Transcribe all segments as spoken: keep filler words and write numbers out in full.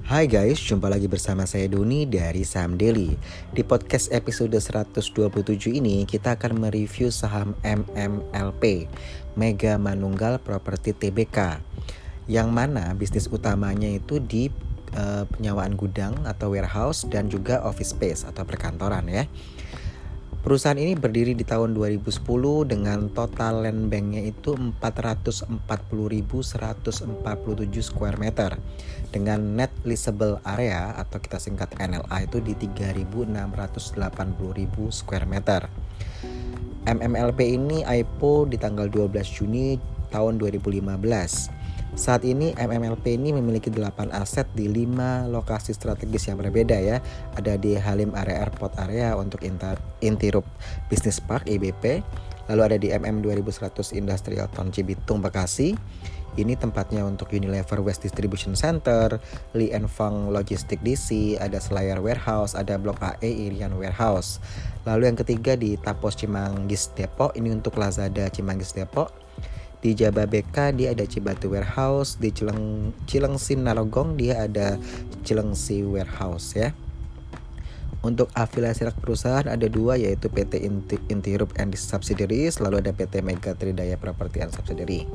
Hai guys, jumpa lagi bersama saya Doni dari Saham Daily. Di podcast episode seratus dua puluh tujuh ini kita akan mereview saham M M L P, Mega Manunggal Property Tbk, yang mana bisnis utamanya itu di uh, penyewaan gudang atau warehouse dan juga office space atau perkantoran ya. Perusahaan ini berdiri di tahun dua ribu sepuluh dengan total land bank-nya itu empat ratus empat puluh ribu seratus empat puluh tujuh square meter dengan net leasable area atau kita singkat N L A itu di tiga ribu enam ratus delapan puluh ribu square meter. M M L P ini I P O di tanggal dua belas Juni tahun dua ribu lima belas. Saat ini M M L P ini memiliki delapan aset di lima lokasi strategis yang berbeda ya. Ada di Halim Area Airport Area untuk Intirup Business Park I B P. Lalu ada di M M dua ribu seratus Industrial Town Cibitung Bekasi. Ini tempatnya untuk Unilever West Distribution Center, Li and Fung Logistic D C, ada Selayar Warehouse, ada Blok A E Irian Warehouse. Lalu yang ketiga di Tapos Cimanggis Depok, ini untuk Lazada Cimanggis Depok. Di Jababeka dia ada Cibatu Warehouse, di Cileng Cilengsi Narogong dia ada Cilengsi Warehouse ya. Untuk afiliasi perusahaan ada dua yaitu P T Inti, Intirup and Subsidiaries, lalu ada P T Mega Tridaya Property and Subsidiary.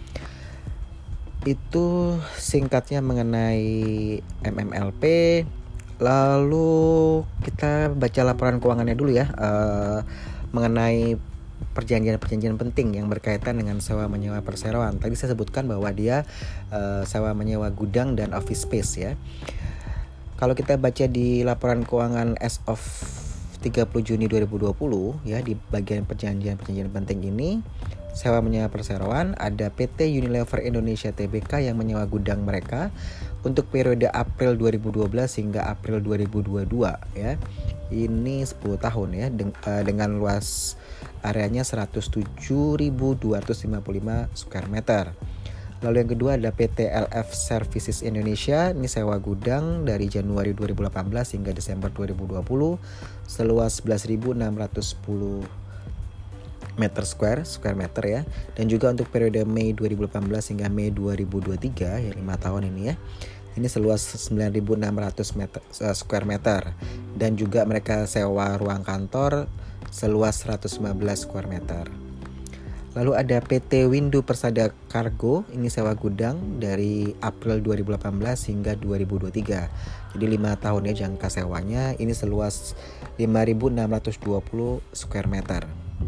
Itu singkatnya mengenai M M L P. Lalu kita baca laporan keuangannya dulu ya, uh, mengenai perjanjian-perjanjian penting yang berkaitan dengan sewa menyewa perseroan. Tadi saya sebutkan bahwa dia uh, sewa menyewa gudang dan office space ya. Kalau kita baca di laporan keuangan as of tiga puluh Juni dua ribu dua puluh ya, di bagian perjanjian-perjanjian penting ini sewa menyewa perseroan ada P T Unilever Indonesia Tbk yang menyewa gudang mereka untuk periode April dua ribu dua belas hingga April dua ribu dua puluh dua ya. Ini sepuluh tahun ya deng- uh, dengan luas areanya seratus tujuh ribu dua ratus lima puluh lima square meter. Lalu yang kedua ada P T L F Services Indonesia, ini sewa gudang dari Januari dua ribu delapan belas hingga Desember dua ribu dua puluh seluas sebelas ribu enam ratus sepuluh meter square square meter ya. Dan juga untuk periode Mei dua ribu delapan belas hingga Mei dua ribu dua puluh tiga ya, lima tahun ini ya. Ini seluas sembilan ribu enam ratus meter, uh, square meter. Dan juga mereka sewa ruang kantor seluas seratus lima belas square meter. Lalu ada P T Windu Persada Cargo, ini sewa gudang dari April dua ribu delapan belas hingga dua ribu dua puluh tiga. Jadi lima tahun ya jangka sewanya, ini seluas lima ribu enam ratus dua puluh square meter.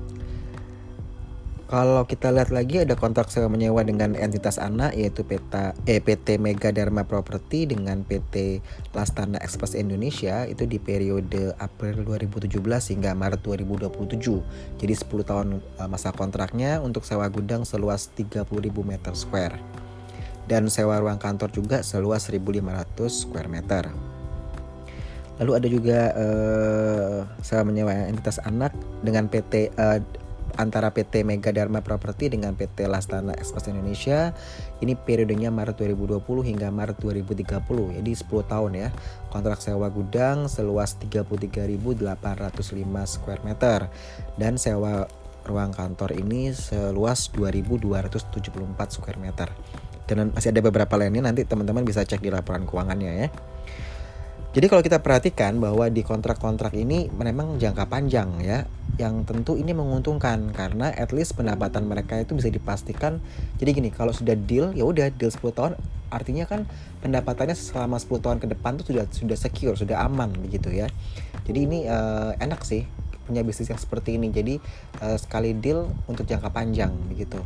Kalau kita lihat lagi ada kontrak sewa menyewa dengan entitas anak yaitu P T, eh, P T Mega Dharma Property dengan P T Lastana Express Indonesia itu di periode April dua ribu tujuh belas hingga Maret dua ribu dua puluh tujuh. Jadi sepuluh tahun masa kontraknya untuk sewa gudang seluas tiga puluh ribu meter square. Dan sewa ruang kantor juga seluas seribu lima ratus square meter. Lalu ada juga eh, sewa menyewa entitas anak dengan P T eh, antara P T Mega Dharma Property dengan P T Lastana Express Indonesia. Ini periodenya Maret dua ribu dua puluh hingga Maret dua ribu tiga puluh. Jadi sepuluh tahun ya. Kontrak sewa gudang seluas tiga puluh tiga ribu delapan ratus lima square meter dan sewa ruang kantor ini seluas dua ribu dua ratus tujuh puluh empat square meter. Dan masih ada beberapa lainnya, nanti teman-teman bisa cek di laporan keuangannya ya. Jadi kalau kita perhatikan bahwa di kontrak-kontrak ini memang jangka panjang ya, yang tentu ini menguntungkan karena at least pendapatan mereka itu bisa dipastikan. Jadi gini, kalau sudah deal ya udah deal sepuluh tahun, artinya kan pendapatannya selama sepuluh tahun ke depan tuh sudah sudah secure, sudah aman begitu ya. Jadi ini uh, enak sih punya bisnis yang seperti ini. Jadi uh, sekali deal untuk jangka panjang begitu.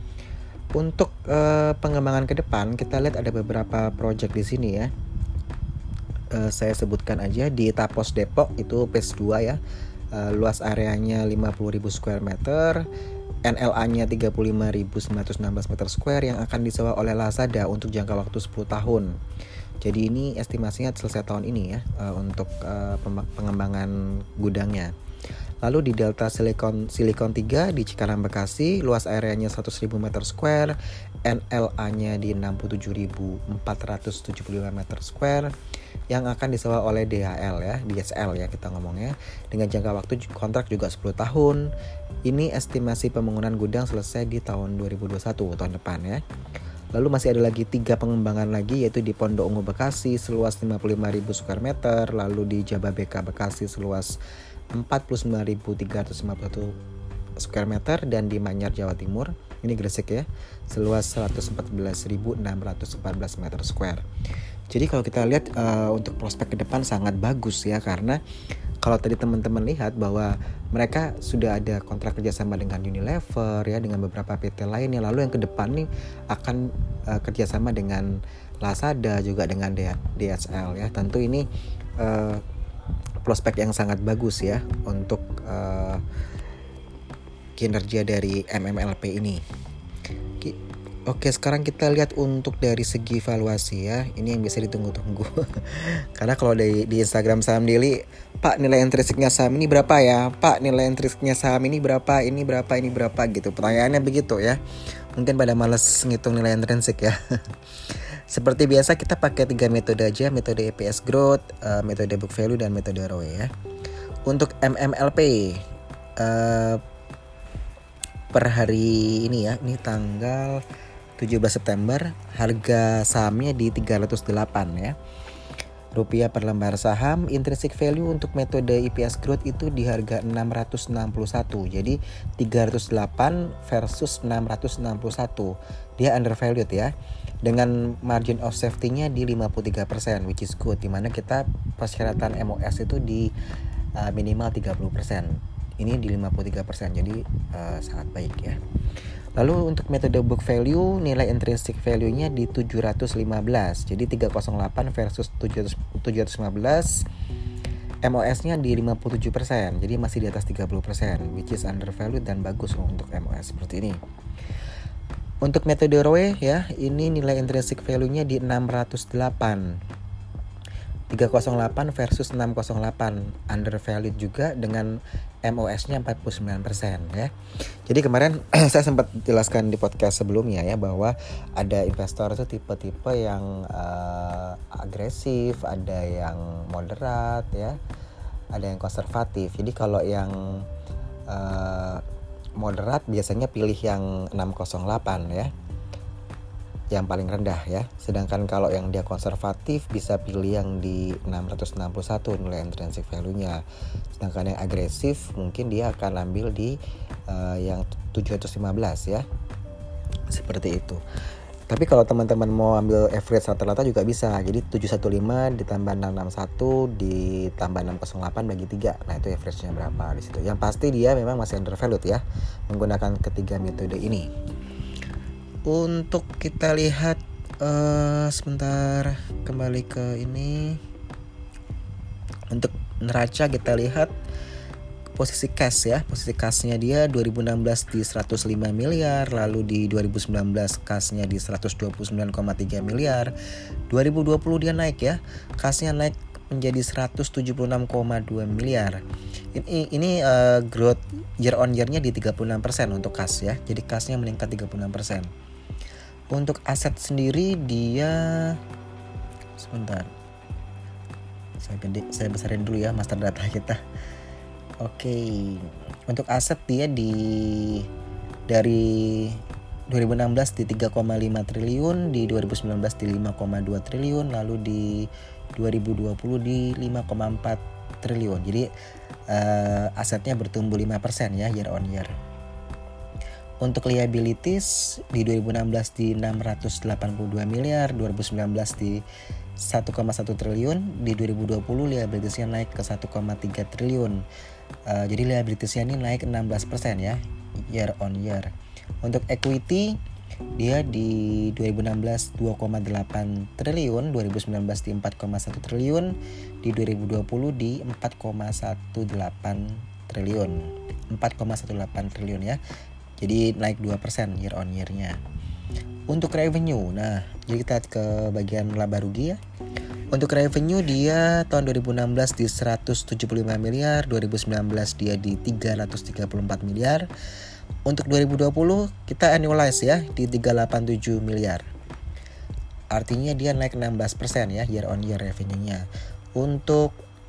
Untuk uh, pengembangan ke depan kita lihat ada beberapa project di sini ya. Uh, saya sebutkan aja di Tapos Depok itu phase dua ya. Uh, luas areanya lima puluh ribu square meter, N L A-nya tiga puluh lima ribu sembilan ratus enam belas meter square yang akan disewa oleh Lazada untuk jangka waktu sepuluh tahun. Jadi ini estimasinya selesai tahun ini ya uh, untuk uh, pengembangan gudangnya. Lalu di Delta Silicon Silicon tiga di Cikarang Bekasi, luas areanya seratus ribu meter square, N L A-nya di enam puluh tujuh ribu empat ratus tujuh puluh lima meter square yang akan disewa oleh D H L ya, D S L ya kita ngomongnya, dengan jangka waktu kontrak juga sepuluh tahun. Ini estimasi pembangunan gudang selesai di tahun dua ribu dua puluh satu, tahun depan ya. Lalu masih ada lagi tiga pengembangan lagi, yaitu di Pondok Ungu Bekasi seluas lima puluh lima ribu square meter, lalu di Jababeka Bekasi seluas empat puluh sembilan ribu tiga ratus lima puluh satu square meter, dan di Manyar Jawa Timur, ini Gresik ya, seluas seratus empat belas ribu enam ratus empat belas meter square. Jadi kalau kita lihat uh, untuk prospek ke depan sangat bagus ya, karena kalau tadi teman-teman lihat bahwa mereka sudah ada kontrak kerjasama dengan Unilever ya, dengan beberapa P T lainnya. Lalu yang ke depan nih akan uh, kerjasama dengan Lazada, juga dengan D H L ya. Tentu ini uh, prospek yang sangat bagus ya untuk uh, kinerja dari M M L P ini. Oke, sekarang kita lihat untuk dari segi valuasi ya. Ini yang bisa ditunggu-tunggu. Karena kalau di, di Instagram Saham Daily, Pak nilai intrinsiknya saham ini berapa ya? Pak nilai intrinsiknya saham ini berapa? Ini berapa? Ini berapa? Gitu. Pertanyaannya begitu ya. Mungkin pada males ngitung nilai intrinsik ya. Seperti biasa kita pakai tiga metode aja. Metode E P S Growth, uh, metode Book Value, dan metode R O E ya. Untuk M M L P, uh, per hari ini ya, ini tanggal tujuh belas September, harga sahamnya di tiga ratus delapan ya. Rupiah per lembar saham. Intrinsic value untuk metode E P S Growth itu di harga enam ratus enam puluh satu. Jadi tiga ratus delapan versus enam ratus enam puluh satu. Dia undervalued ya. Dengan margin of safety-nya di lima puluh tiga persen, which is good, dimana kita persyaratan M O S itu di uh, minimal tiga puluh persen. Ini di lima puluh tiga persen, jadi uh, sangat baik ya. Lalu untuk metode book value, nilai intrinsic value-nya di tujuh ratus lima belas. Jadi tiga ratus delapan versus tujuh ratus lima belas. M O S-nya di lima puluh tujuh persen. Jadi masih di atas tiga puluh persen, which is undervalued dan bagus untuk M O S seperti ini. Untuk metode R O E ya, ini nilai intrinsic value-nya di enam ratus delapan. tiga ratus delapan versus enam ratus delapan, undervalued juga dengan M O S-nya empat puluh sembilan persen ya. Jadi kemarin saya sempat jelaskan di podcast sebelumnya ya, bahwa ada investor itu tipe-tipe yang uh, agresif, ada yang moderat ya, ada yang konservatif. Jadi kalau yang uh, moderat biasanya pilih yang enam ratus delapan ya, yang paling rendah ya. Sedangkan kalau yang dia konservatif bisa pilih yang di enam ratus enam puluh satu nilai intrinsic value-nya. Sedangkan yang agresif mungkin dia akan ambil di uh, yang tujuh ratus lima belas ya. Seperti itu. Tapi kalau teman-teman mau ambil average rata-rata juga bisa. Jadi tujuh ratus lima belas ditambah enam ratus enam puluh satu ditambah enam ratus delapan bagi tiga. Nah, itu average-nya berapa di situ. Yang pasti dia memang masih undervalued ya, menggunakan ketiga metode ini. Untuk kita lihat uh, sebentar, kembali ke ini. Untuk neraca kita lihat posisi cash ya. Posisi cashnya dia dua ribu enam belas di seratus lima miliar, lalu di dua ribu sembilan belas cashnya di seratus dua puluh sembilan koma tiga miliar. dua ribu dua puluh dia naik ya. Cashnya naik menjadi seratus tujuh puluh enam koma dua miliar. Ini ini uh, growth year on year-nya di tiga puluh enam persen untuk cash ya. Jadi cashnya meningkat tiga puluh enam persen. Untuk aset sendiri dia, sebentar, saya gede, saya besarin dulu ya master data kita. Oke, untuk aset dia di dari dua ribu enam belas di tiga koma lima triliun, di dua ribu sembilan belas di lima koma dua triliun, lalu di dua ribu dua puluh di lima koma empat triliun. Jadi uh, asetnya bertumbuh lima persen ya year on year. Untuk liabilities di dua ribu enam belas di enam ratus delapan puluh dua miliar, dua ribu sembilan belas di satu koma satu triliun, di dua ribu dua puluh liabilitiesnya naik ke satu koma tiga triliun. Uh, jadi liabilitiesnya ini naik enam belas persen ya year on year. Untuk equity dia di dua ribu enam belas dua koma delapan triliun, dua ribu sembilan belas di empat koma satu triliun, di dua ribu dua puluh di empat koma delapan belas triliun. empat koma delapan belas triliun ya. Jadi naik dua persen year on year-nya. Untuk revenue, nah jadi kita ke bagian laba rugi ya. Untuk revenue dia tahun dua ribu enam belas di seratus tujuh puluh lima miliar, dua ribu sembilan belas dia di tiga ratus tiga puluh empat miliar. Untuk dua ribu dua puluh kita annualize ya di tiga ratus delapan puluh tujuh miliar. Artinya dia naik enam belas persen ya year on year revenue-nya. Untuk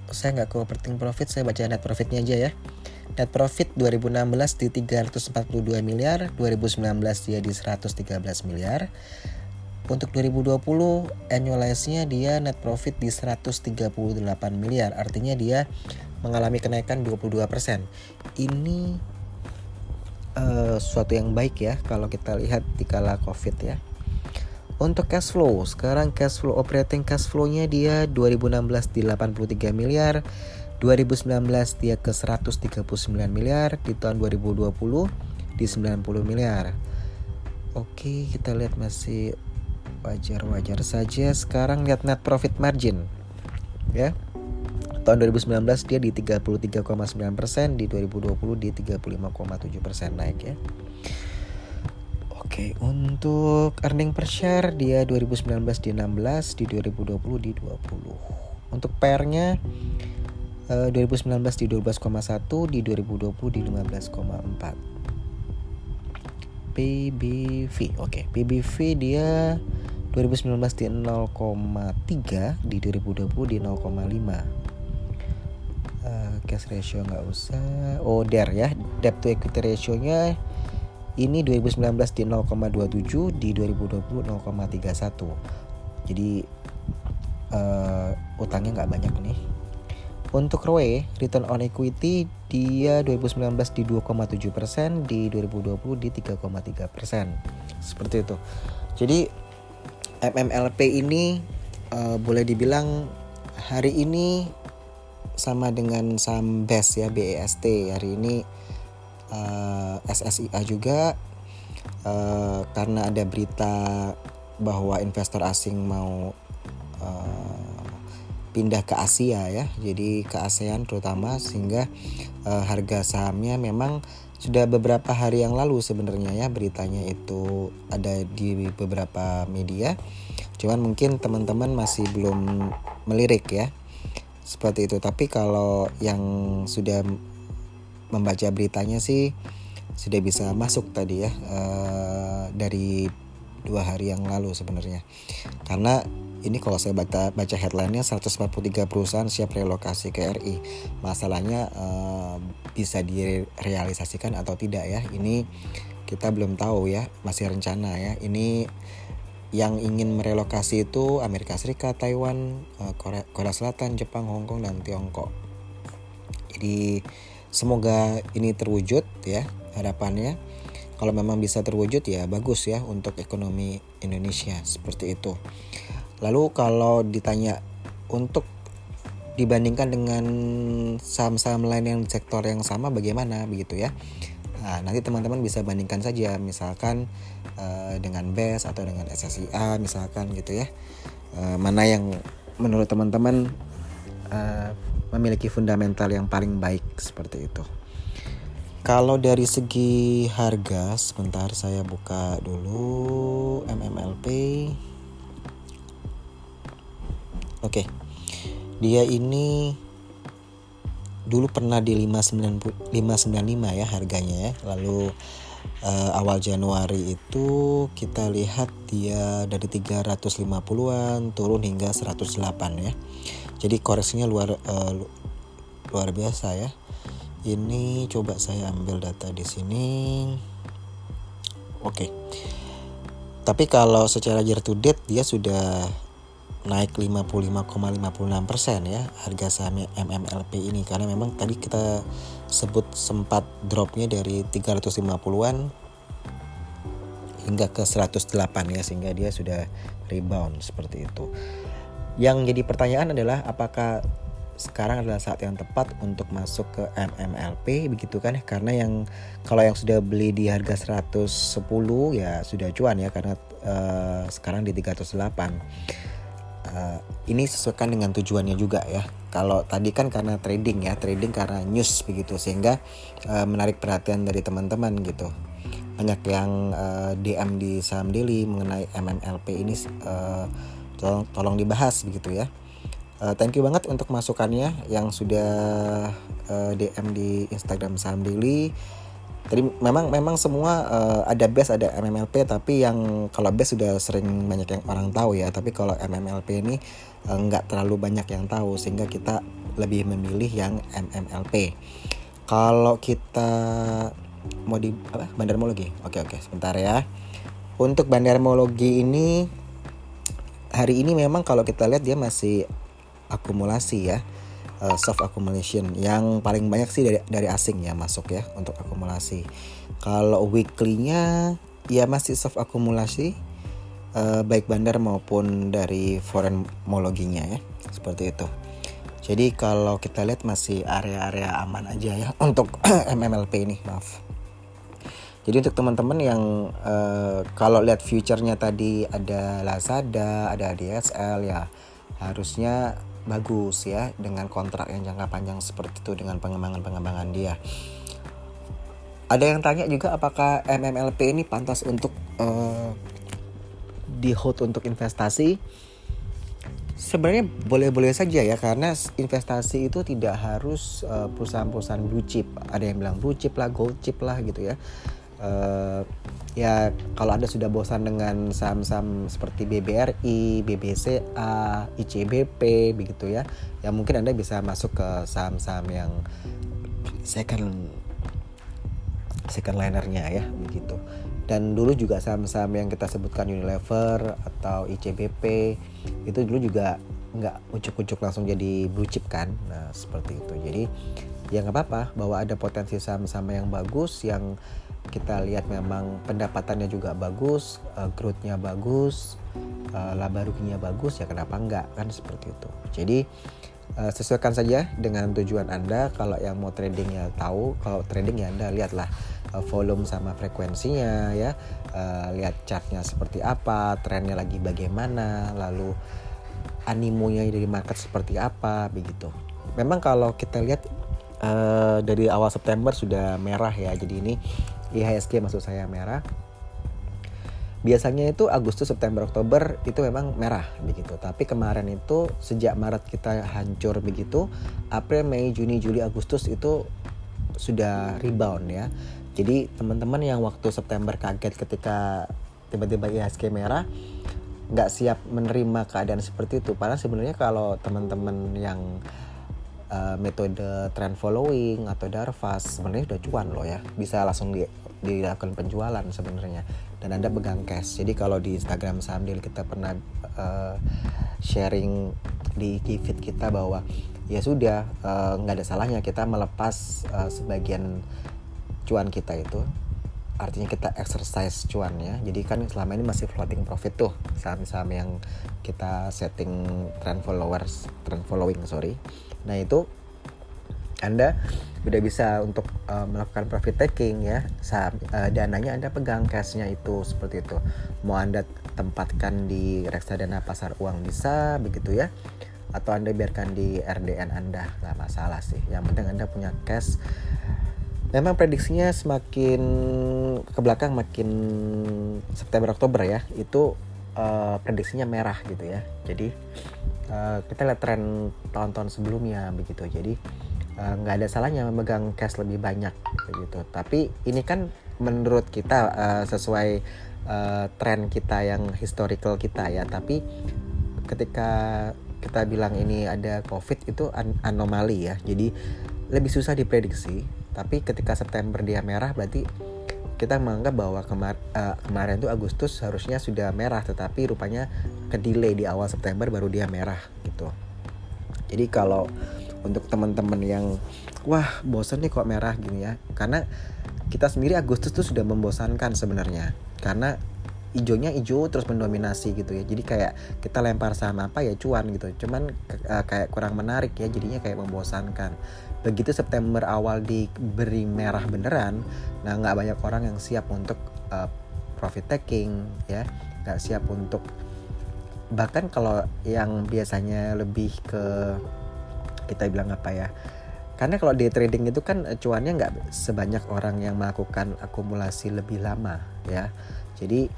saya nggak ke operating profit, saya baca net profitnya aja ya. Net profit dua ribu enam belas di tiga ratus empat puluh dua miliar, dua ribu sembilan belas dia di seratus tiga belas miliar. Untuk dua ribu dua puluh annualize-nya dia net profit di seratus tiga puluh delapan miliar. Artinya dia mengalami kenaikan dua puluh dua persen. Ini uh, suatu yang baik ya kalau kita lihat di kala Covid ya. Untuk cash flow, sekarang cash flow operating cash flow-nya dia dua ribu enam belas di delapan puluh tiga miliar, dua ribu sembilan belas dia ke seratus tiga puluh sembilan miliar, di tahun dua ribu dua puluh di sembilan puluh miliar. Oke, kita lihat masih wajar-wajar saja. Sekarang lihat net profit margin ya. Tahun dua ribu sembilan belas dia di tiga puluh tiga koma sembilan persen, di dua ribu dua puluh di tiga puluh lima koma tujuh persen naik ya. Oke, untuk earning per share dia dua ribu sembilan belas di enam belas, di dua ribu dua puluh di dua puluh. Untuk P E R-nya uh, dua ribu sembilan belas di dua belas koma satu, di dua ribu dua puluh di lima belas koma empat. P B V, oke, P B V dia dua ribu sembilan belas di nol koma tiga, di dua ribu dua puluh di nol koma lima. Uh, cash ratio nggak usah. Oh, D E R ya, debt to equity ratio-nya ini dua ribu sembilan belas di nol koma dua tujuh, di dua ribu dua puluh nol koma tiga satu. Jadi uh, utangnya nggak banyak nih. Untuk R O E, return on equity, dia dua ribu sembilan belas di dua koma tujuh persen, di dua ribu dua puluh di tiga koma tiga persen. Seperti itu. Jadi M M L P ini uh, boleh dibilang hari ini sama dengan saham B E S ya, B E S T. Hari ini uh, S S I A juga uh, karena ada berita bahwa investor asing mau uh, pindah ke Asia ya, jadi ke ASEAN terutama, sehingga uh, harga sahamnya memang sudah beberapa hari yang lalu sebenarnya ya beritanya itu ada di beberapa media, cuman mungkin teman-teman masih belum melirik ya seperti itu. Tapi kalau yang sudah membaca beritanya sih sudah bisa masuk tadi ya uh, dari dua hari yang lalu sebenarnya, karena ini kalau saya baca baca headline-nya seratus empat puluh tiga perusahaan siap relokasi ke R I. Masalahnya uh, bisa direalisasikan atau tidak ya. Ini kita belum tahu ya, masih rencana ya. Ini yang ingin merelokasi itu Amerika Serikat, Taiwan, uh, Korea, Korea Selatan, Jepang, Hong Kong dan Tiongkok. Jadi semoga ini terwujud ya harapannya. Kalau memang bisa terwujud ya bagus ya untuk ekonomi Indonesia seperti itu. Lalu kalau ditanya untuk dibandingkan dengan saham-saham lain yang sektor yang sama bagaimana begitu ya. Nah, nanti teman-teman bisa bandingkan saja misalkan uh, dengan B E S atau dengan S S I A misalkan gitu ya. Uh, mana yang menurut teman-teman uh, memiliki fundamental yang paling baik seperti itu. Kalau dari segi harga, sebentar saya buka dulu M M L P. Oke, dia ini dulu pernah di lima sembilan lima ya harganya ya. Lalu uh, awal Januari itu kita lihat dia dari tiga ratus lima puluhan turun hingga seratus delapan ya. Jadi koreksinya luar uh, luar biasa ya. Ini coba saya ambil data di sini. Oke. Tapi kalau secara year to date dia sudah naik lima puluh lima koma lima enam persen ya harga saham M M L P ini, karena memang tadi kita sebut sempat dropnya dari tiga ratus lima puluhan hingga ke seratus delapan ya, sehingga dia sudah rebound seperti itu. Yang jadi pertanyaan adalah apakah sekarang adalah saat yang tepat untuk masuk ke M M L P begitu kan, karena yang kalau yang sudah beli di harga seratus sepuluh ya sudah cuan ya, karena uh, sekarang di tiga ratus delapan. Uh, ini sesuaikan dengan tujuannya juga ya. Kalau tadi kan karena trading ya, trading karena news begitu, sehingga uh, menarik perhatian dari teman-teman gitu. Banyak yang uh, D M di Saham Daily mengenai M M L P ini, uh, tolong, tolong dibahas begitu ya. Uh, thank you banget untuk masukannya yang sudah uh, D M di Instagram Saham Daily. Tadi memang memang semua uh, ada B E S, ada M M L P, tapi yang kalau B E S sudah sering banyak yang orang tahu ya, tapi kalau M M L P ini uh, nggak terlalu banyak yang tahu, sehingga kita lebih memilih yang M M L P. Kalau kita mau di apa? Bandarmologi. Oke oke, sebentar ya. Untuk bandarmologi ini hari ini memang kalau kita lihat dia masih akumulasi ya. Uh, soft accumulation yang paling banyak sih dari dari asing ya masuk ya untuk akumulasi. Kalau weekly-nya ya masih soft akumulasi, uh, baik bandar maupun dari foreign mologinya ya, seperti itu. Jadi kalau kita lihat masih area-area aman aja ya untuk M M L P ini, maaf. Jadi untuk teman-teman yang uh, kalau lihat future-nya tadi ada Lazada, ada D S L ya, harusnya bagus ya dengan kontrak yang jangka panjang seperti itu dengan pengembangan-pengembangan dia. Ada yang tanya juga apakah M M L P ini pantas untuk uh, di hold untuk investasi? Sebenarnya boleh-boleh saja ya, karena investasi itu tidak harus uh, perusahaan-perusahaan blue chip. Ada yang bilang blue chip lah, gold chip lah gitu ya. Uh, ya kalau Anda sudah bosan dengan saham-saham seperti B B R I, B B C A, I C B P begitu ya, ya mungkin Anda bisa masuk ke saham-saham yang second second linernya ya begitu. Dan dulu juga saham-saham yang kita sebutkan Unilever atau I C B P itu dulu juga nggak ucuk-ucuk langsung jadi blue chip kan. Nah seperti itu. Jadi ya nggak apa-apa bahwa ada potensi saham-saham yang bagus, yang kita lihat memang pendapatannya juga bagus, uh, growth-nya bagus, uh, laba ruginya bagus, ya kenapa enggak kan seperti itu. Jadi uh, sesuaikan saja dengan tujuan Anda. Kalau yang mau trading ya tahu, kalau trading ya Anda lihatlah uh, volume sama frekuensinya ya, uh, lihat chartnya seperti apa, trennya lagi bagaimana, lalu animonya dari market seperti apa begitu. Memang kalau kita lihat uh, dari awal September sudah merah ya, jadi ini I H S G maksud saya merah. Biasanya itu Agustus, September, Oktober itu memang merah begitu. Tapi kemarin itu sejak Maret kita hancur begitu, April, Mei, Juni, Juli, Agustus itu sudah rebound ya. Jadi teman-teman yang waktu September kaget ketika tiba-tiba I H S G merah, nggak siap menerima keadaan seperti itu. Padahal sebenarnya kalau teman-teman yang Uh, metode trend following atau Darvas sebenarnya udah cuan loh ya, bisa langsung di, dilakukan penjualan sebenarnya, dan Anda pegang cash. Jadi kalau di Instagram Saham Deal kita pernah uh, sharing di feed kita bahwa ya sudah nggak uh, ada salahnya kita melepas uh, sebagian cuan kita itu, artinya kita exercise cuannya. Jadi kan selama ini masih floating profit tuh saham-saham yang kita setting trend followers, trend following sorry. Nah itu Anda udah bisa untuk uh, melakukan profit taking ya, saham uh, dananya Anda pegang cashnya itu seperti itu. Mau Anda tempatkan di reksadana pasar uang bisa begitu ya, atau Anda biarkan di R D N Anda, nggak masalah sih. Yang penting Anda punya cash. Memang prediksinya semakin ke belakang makin September Oktober ya, itu uh, prediksinya merah gitu ya. Jadi uh, kita lihat tren tahun-tahun sebelumnya begitu. Jadi nggak uh, ada salahnya memegang cash lebih banyak begitu. Tapi ini kan menurut kita uh, sesuai uh, tren kita yang historical kita ya. Tapi ketika kita bilang ini ada COVID itu an- anomali ya. Jadi lebih susah diprediksi. Tapi ketika September dia merah berarti kita menganggap bahwa kemar- uh, kemarin tuh Agustus harusnya sudah merah, tetapi rupanya ke delay di awal September baru dia merah gitu. Jadi kalau untuk teman-teman yang wah bosan nih kok merah gini ya, karena kita sendiri Agustus tuh sudah membosankan sebenarnya, karena hijaunya hijau terus mendominasi gitu ya. Jadi kayak kita lempar saham apa ya cuan gitu, cuman uh, kayak kurang menarik ya, jadinya kayak membosankan. Begitu September awal diberi merah beneran, nah nggak banyak orang yang siap untuk uh, profit taking ya, nggak siap untuk, bahkan kalau yang biasanya lebih ke kita bilang apa ya, karena kalau day trading itu kan cuannya nggak sebanyak orang yang melakukan akumulasi lebih lama ya. Jadi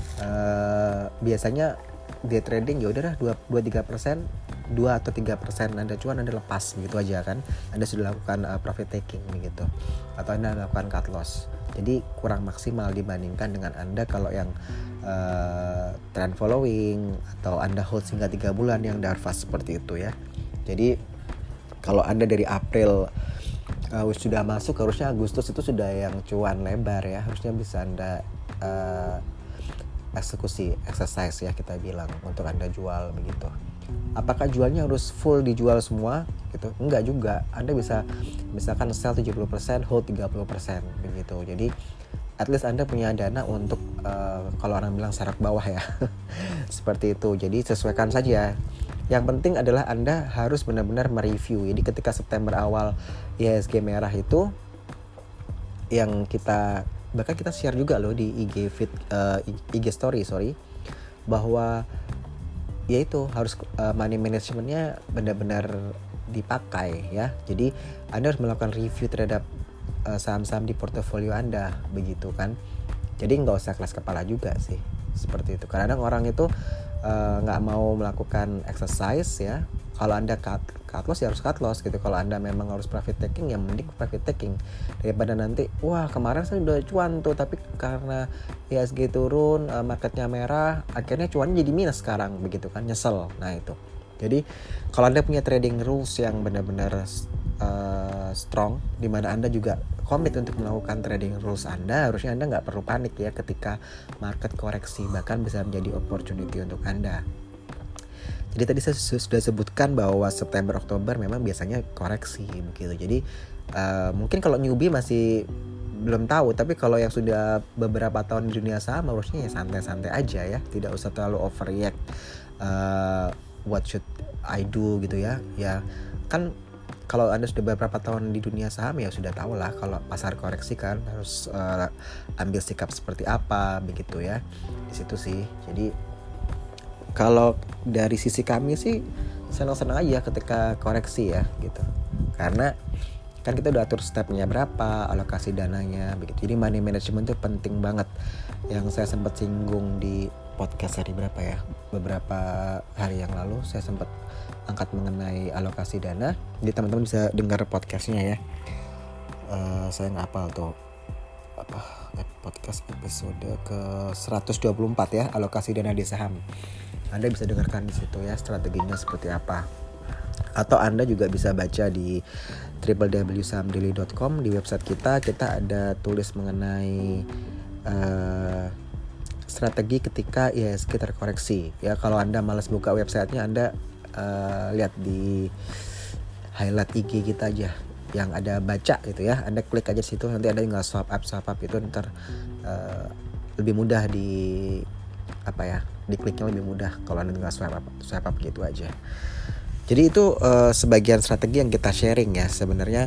uh, biasanya day trading ya udahlah dua tiga persen, dua atau tiga persen Anda cuan Anda lepas begitu aja kan. Anda sudah lakukan uh, profit taking begitu. Atau Anda lakukan cut loss. Jadi kurang maksimal dibandingkan dengan Anda kalau yang uh, trend following atau Anda hold hingga tiga bulan yang Darvas seperti itu ya. Jadi Kalau Anda dari April uh, sudah masuk, harusnya Agustus itu sudah yang cuan lebar ya, harusnya bisa Anda uh, eksekusi, exercise ya kita bilang, untuk Anda jual begitu. Apakah jualnya harus full dijual semua gitu? Enggak juga. Anda bisa misalkan sell tujuh puluh persen, hold tiga puluh persen begitu. Jadi at least Anda punya dana untuk uh, kalau orang bilang sarak bawah ya. Seperti itu. Jadi sesuaikan saja. Yang penting adalah Anda harus benar-benar mereview. Jadi ketika September awal I H S G merah itu, yang kita bahkan kita share juga loh di I G feed, uh, I G story sorry, bahwa yaitu harus uh, money managementnya benar-benar dipakai ya. Jadi Anda harus melakukan review terhadap uh, saham-saham di portofolio Anda begitu kan. Jadi nggak usah keras kepala juga sih seperti itu. Kadang orang itu nggak uh, mau melakukan exercise ya. Kalau Anda cut, cut loss ya harus cut loss gitu. Kalau Anda memang harus profit taking ya mending profit taking, daripada nanti wah kemarin saya udah cuan tuh tapi karena I H S G turun, marketnya merah, akhirnya cuannya jadi minus sekarang begitu kan, nyesel. Nah itu. Jadi kalau Anda punya trading rules yang benar-benar uh, strong, di mana Anda juga komit untuk melakukan trading rules Anda, harusnya Anda nggak perlu panik ya ketika market koreksi, bahkan bisa menjadi opportunity untuk Anda. Jadi tadi saya sudah sebutkan bahwa September Oktober memang biasanya koreksi begitu. Jadi uh, mungkin kalau newbie masih belum tahu, tapi kalau yang sudah beberapa tahun di dunia saham harusnya ya santai-santai aja ya, tidak usah terlalu overreact. Uh, what should I do gitu ya? Ya kan kalau Anda sudah beberapa tahun di dunia saham ya sudah tahu lah kalau pasar koreksi kan harus uh, ambil sikap seperti apa begitu ya. Di situ sih. Jadi kalau dari sisi kami sih senang-senang aja ketika koreksi ya gitu. Karena kan kita udah atur stepnya berapa, alokasi dananya begitu. Jadi money management itu penting banget. Yang saya sempat singgung di podcast hari berapa ya? Beberapa hari yang lalu saya sempat angkat mengenai alokasi dana. Jadi teman-teman bisa dengar podcastnya ya. Uh, saya nggak hafal tuh apa podcast episode ke seratus dua puluh empat ya, alokasi dana di saham. Anda bisa dengarkan di situ ya strateginya seperti apa. Atau Anda juga bisa baca di w w w titik saham daily titik com. Di website kita kita ada tulis mengenai uh, strategi ketika I H S G terkoreksi. Ya kalau Anda malas buka websitenya, Anda uh, lihat di highlight I G kita aja yang ada baca gitu ya. Anda klik aja situ, nanti Anda tinggal swipe up swipe up itu ntar uh, lebih mudah di apa ya, dikliknya lebih mudah kalau Anda tinggal swipe up swipe up gitu aja. Jadi itu uh, sebagian strategi yang kita sharing ya sebenarnya,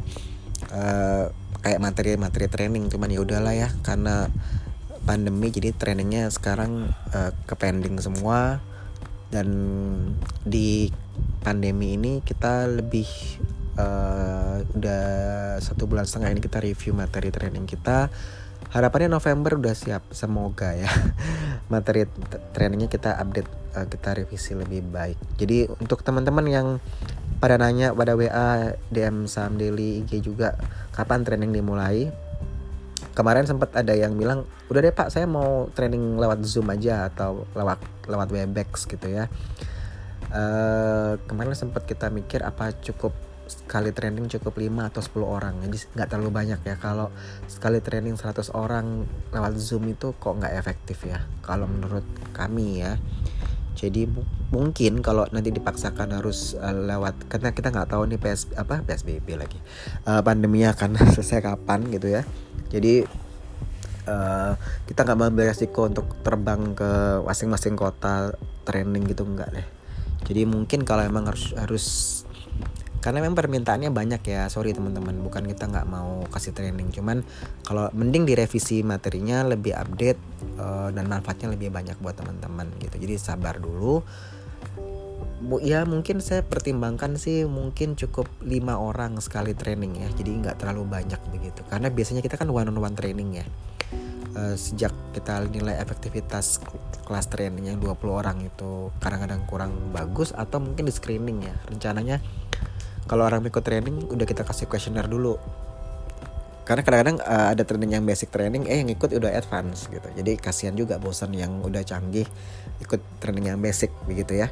uh, kayak materi-materi training, cuman ya udahlah ya karena pandemi jadi trainingnya sekarang uh, ke pending semua. Dan di pandemi ini kita lebih uh, udah satu bulan setengah ini kita review materi training kita. Harapannya November udah siap, semoga ya. Materi t- trainingnya kita update, uh, kita revisi lebih baik. Jadi untuk teman-teman yang pada nanya pada W A, D M Saham Daily, I G juga kapan training dimulai. Kemarin sempat ada yang bilang, udah deh Pak, saya mau training lewat Zoom aja atau lewat lewat Webex gitu ya. Uh, kemarin sempat kita mikir apa cukup sekali training cukup lima atau sepuluh orang. Jadi nggak terlalu banyak ya. Kalau sekali training seratus orang lewat Zoom itu kok nggak efektif ya kalau menurut kami ya. Jadi bu- mungkin kalau nanti dipaksakan harus uh, lewat, karena kita nggak tahu nih P S apa P S B B lagi uh, pandeminya akan selesai kapan gitu ya. Jadi uh, kita nggak mengambil resiko untuk terbang ke masing-masing kota training gitu, enggak deh. Jadi mungkin kalau emang harus harus karena memang permintaannya banyak ya, sorry teman-teman, bukan kita nggak mau kasih training, cuman kalau mending direvisi materinya lebih update uh, dan manfaatnya lebih banyak buat teman-teman gitu. Jadi sabar dulu. Bu, ya mungkin saya pertimbangkan sih mungkin cukup lima orang sekali training ya, jadi nggak terlalu banyak begitu. Karena biasanya kita kan one on one training ya. Uh, sejak kita nilai efektivitas kelas training yang dua puluh orang itu kadang-kadang kurang bagus atau mungkin di screening ya. Rencananya kalau orang ikut training udah kita kasih questionnaire dulu. Karena kadang-kadang uh, ada training yang basic training, eh yang ikut udah advance gitu. Jadi kasihan juga bosan yang udah canggih ikut training yang basic begitu ya.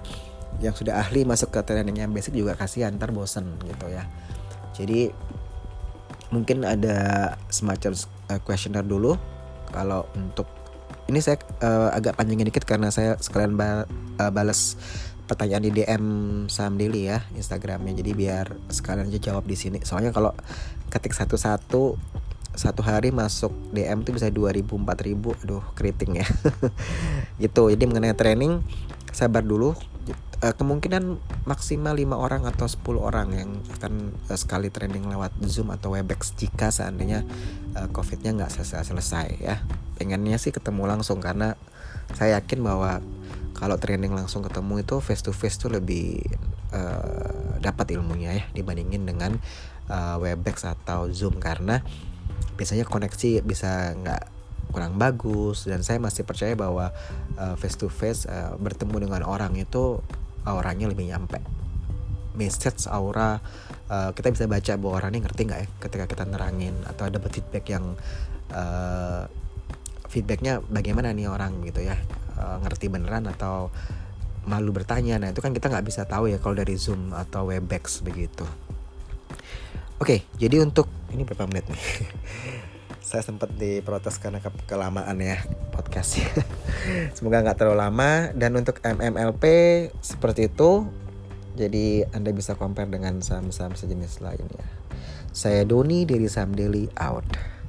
yang sudah ahli masuk ke training yang basic juga kasihan, ntar bosen gitu ya. Jadi mungkin ada semacam uh, questionnaire dulu. Kalau untuk ini saya uh, agak panjangin dikit karena saya sekalian ba- uh, balas pertanyaan di D M Saham Daily ya Instagramnya. Jadi biar sekalian aja jawab di sini. Soalnya kalau ketik satu-satu satu hari masuk D M tuh bisa dua ribu empat ribu, aduh keriting ya. Gitu. Jadi mengenai training sabar dulu. Uh, kemungkinan maksimal lima orang atau sepuluh orang yang akan uh, sekali training lewat Zoom atau Webex jika seandainya uh, Covid-nya nggak selesai-selesai ya. Pengennya sih ketemu langsung karena saya yakin bahwa kalau training langsung ketemu itu face to face tuh lebih uh, dapat ilmunya ya dibandingin dengan uh, Webex atau Zoom, karena biasanya koneksi bisa nggak kurang bagus, dan saya masih percaya bahwa uh, face to face uh, bertemu dengan orang itu auranya lebih nyampe, message aura uh, kita bisa baca bahwa orang ini ngerti nggak ya ketika kita nerangin, atau dapat feedback yang uh, feedbacknya bagaimana nih orang gitu ya, uh, ngerti beneran atau malu bertanya. Nah itu kan kita nggak bisa tahu ya kalau dari Zoom atau Webex begitu. Oke, jadi untuk ini berapa menit nih? Saya sempat diprotes karena ke- kelamaan ya podcastnya. Semoga nggak terlalu lama. Dan untuk M M L P seperti itu. Jadi Anda bisa compare dengan saham-saham sejenis lainnya. Saya Doni dari Saham Daily out.